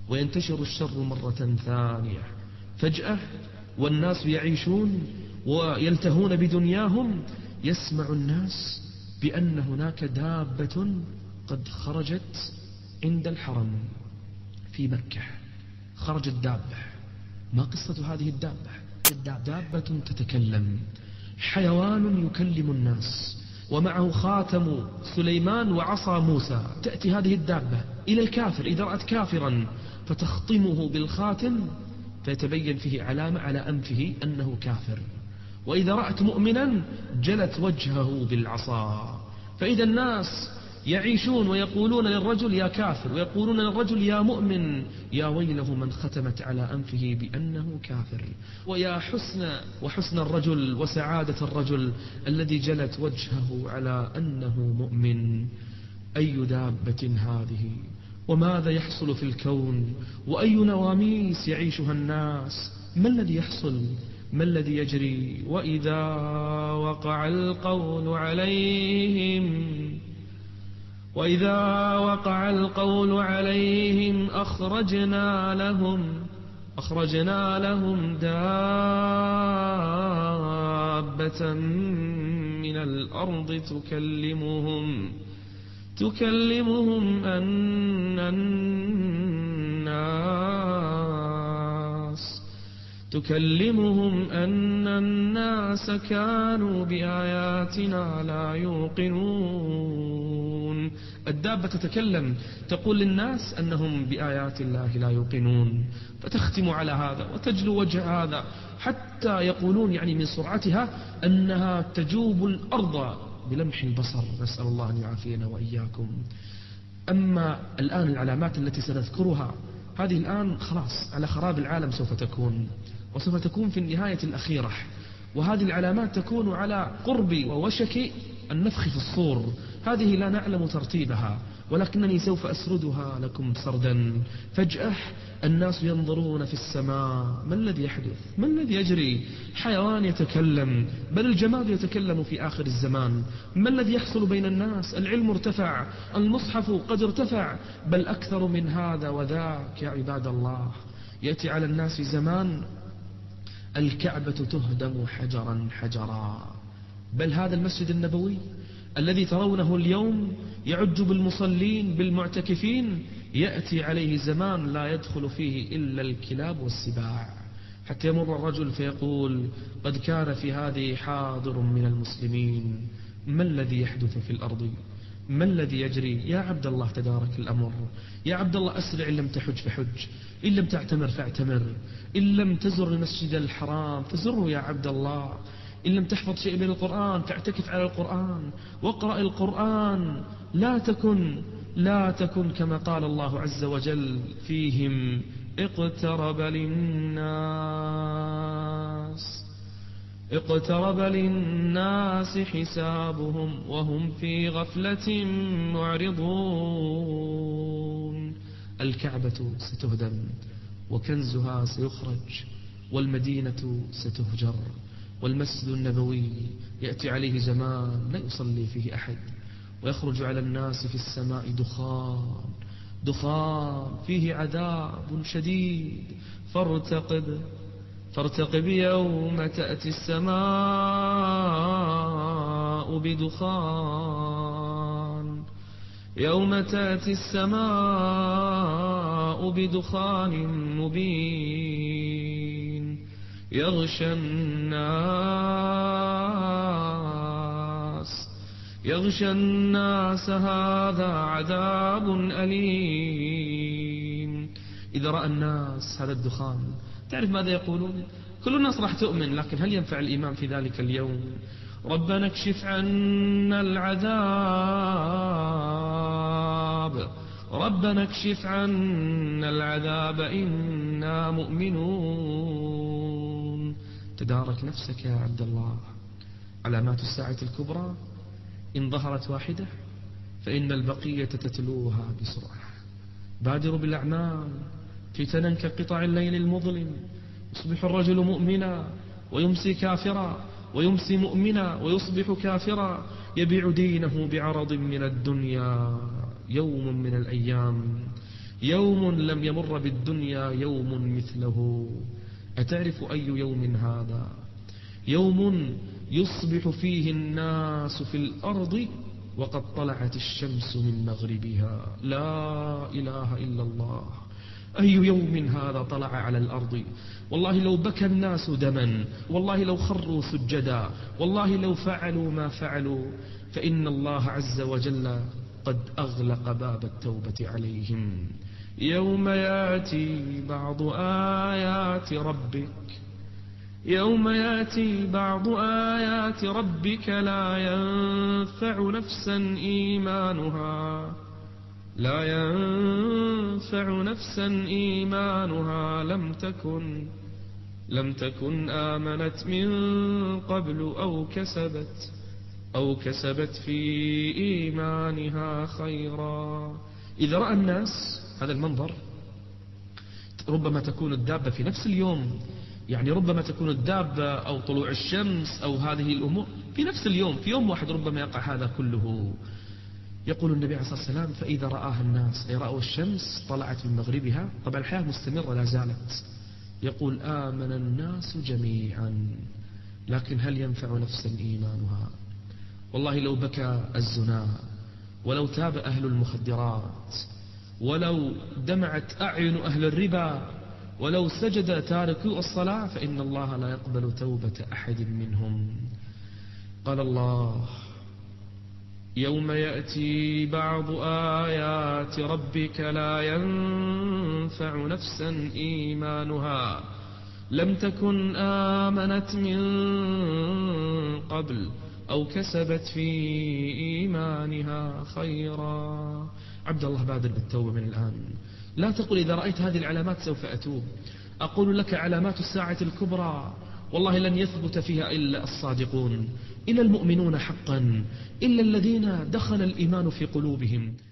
وينتشر الشر مرة ثانية. فجأة والناس يعيشون ويلتهون بدنياهم، يسمع الناس بأن هناك دابة قد خرجت عند الحرم في مكة. خرجت دابة. ما قصة هذه الدابة؟ دابة تتكلم، حيوان يكلم الناس، ومعه خاتم سليمان وعصا موسى. تأتي هذه الدابة إلى الكافر إذا رأت كافرا فتخطمه بالخاتم فيتبين فيه علامة على أنفه أنه كافر، وإذا رأت مؤمنا جلت وجهه بالعصا. فإذا الناس يعيشون ويقولون للرجل يا كافر، ويقولون للرجل يا مؤمن. يا ويله من ختمت على أنفه بأنه كافر. ويا حسن الرجل وسعادة الرجل الذي جلت وجهه على أنه مؤمن. أي دابة هذه؟ وماذا يحصل في الكون؟ وأي نواميس يعيشها الناس؟ ما الذي يحصل؟ ما الذي يجري؟ وإذا وقع القول عليهم أخرجنا لهم دابة من الأرض تكلمهم أن الناس كانوا بآياتنا لا يوقنون. الدابة تتكلم، تقول للناس أنهم بآيات الله لا يوقنون، فتختم على هذا وتجلو وجه هذا، حتى يقولون يعني من سرعتها أنها تجوب الأرض بلمح البصر. نسأل الله أن يعافينا وإياكم. أما الآن العلامات التي سنذكرها هذه الآن خلاص على خراب العالم سوف تكون، وسوف تكون في النهاية الأخيرة، وهذه العلامات تكون على قرب ووشك النفخ في الصور. هذه لا نعلم ترتيبها، ولكنني سوف أسردها لكم سردا. فجأة الناس ينظرون في السماء، ما الذي يحدث؟ ما الذي يجري؟ حيوان يتكلم، بل الجماد يتكلم في آخر الزمان. ما الذي يحصل بين الناس؟ العلم ارتفع، المصحف قد ارتفع، بل أكثر من هذا وذاك. يا عباد الله، يأتي على الناس زمان الكعبة تهدم حجرا حجرا. بل هذا المسجد النبوي الذي ترونه اليوم يعج بالمصلين بالمعتكفين، يأتي عليه زمان لا يدخل فيه إلا الكلاب والسباع، حتى يمر الرجل فيقول قد كان في هذه حاضر من المسلمين. ما الذي يحدث في الأرض؟ ما الذي يجري؟ يا عبد الله تدارك الأمر. يا عبد الله أسرع، إن لم تحج فحج، إن لم تعتمر فاعتمر، إن لم تزر المسجد الحرام فزره يا عبد الله، إن لم تحفظ شيء من القرآن فاعتكف على القرآن واقرأ القرآن. لا تكن كما قال الله عز وجل فيهم اقترب للناس حسابهم وهم في غفلة معرضون. الكعبة ستهدم وكنزها سيخرج والمدينة ستهجر، والمسجد النبوي يأتي عليه زمان لا يصلي فيه أحد، ويخرج على الناس في السماء دخان فيه عذاب شديد. فارتقب يوم تأتي السماء بدخان مبين يغشى الناس هذا عذاب أليم. إذا رأى الناس هذا الدخان تعرف ماذا يقولون؟ كل الناس راح تؤمن، لكن هل ينفع الإيمان في ذلك اليوم؟ ربنا اكشف عنا العذاب إنا مؤمنون. تدارك نفسك يا عبد الله. علامات الساعة الكبرى إن ظهرت واحدة فإن البقية تتلوها بسرعة. بادروا بالأعمال فتنا كقطع الليل المظلم. يصبح الرجل مؤمنا ويمسي كافرا، ويمسي مؤمنا ويصبح كافرا، يبيع دينه بعرض من الدنيا. يوم من الأيام يوم لم يمر بالدنيا يوم مثله. أتعرف أي يوم هذا؟ يوم يصبح فيه الناس في الأرض وقد طلعت الشمس من مغربها. لا إله إلا الله. أي يوم هذا طلع على الأرض؟ والله لو بكى الناس دما، والله لو خروا سجدا، والله لو فعلوا ما فعلوا، فإن الله عز وجل قد أغلق باب التوبة عليهم. يوم يأتي بعض آيات ربك، يوم يأتي بعض آيات ربك لا ينفع نفسا إيمانها، لا ينفع نفسا إيمانها لم تكن آمنت من قبل أو كسبت في إيمانها خيرا. إذا رأى الناس هذا المنظر، ربما تكون الدابة في نفس اليوم، يعني ربما تكون الدابة أو طلوع الشمس أو هذه الأمور في نفس اليوم، في يوم واحد ربما يقع هذا كله. يقول النبي عليه الصلاة والسلام: فإذا رآها الناس أي رأوا الشمس طلعت من مغربها، طبعا الحياة مستمرة لا زالت، يقول: آمن الناس جميعا، لكن هل ينفع نفسا إيمانها؟ والله لو بكى الزنا، ولو تاب أهل المخدرات، ولو دمعت أعين أهل الربا، ولو سجد تاركو الصلاة، فإن الله لا يقبل توبة أحد منهم. قال الله: يوم يأتي بعض آيات ربك لا ينفع نفسا إيمانها لم تكن آمنت من قبل أو كسبت في إيمانها خيرا. عبد الله بادر بالتوبة من الآن. لا تقل إذا رأيت هذه العلامات سوف أتوب. أقول لك علامات الساعة الكبرى والله لن يثبت فيها إلا الصادقون، إلا المؤمنون حقا، إلا الذين دخل الإيمان في قلوبهم.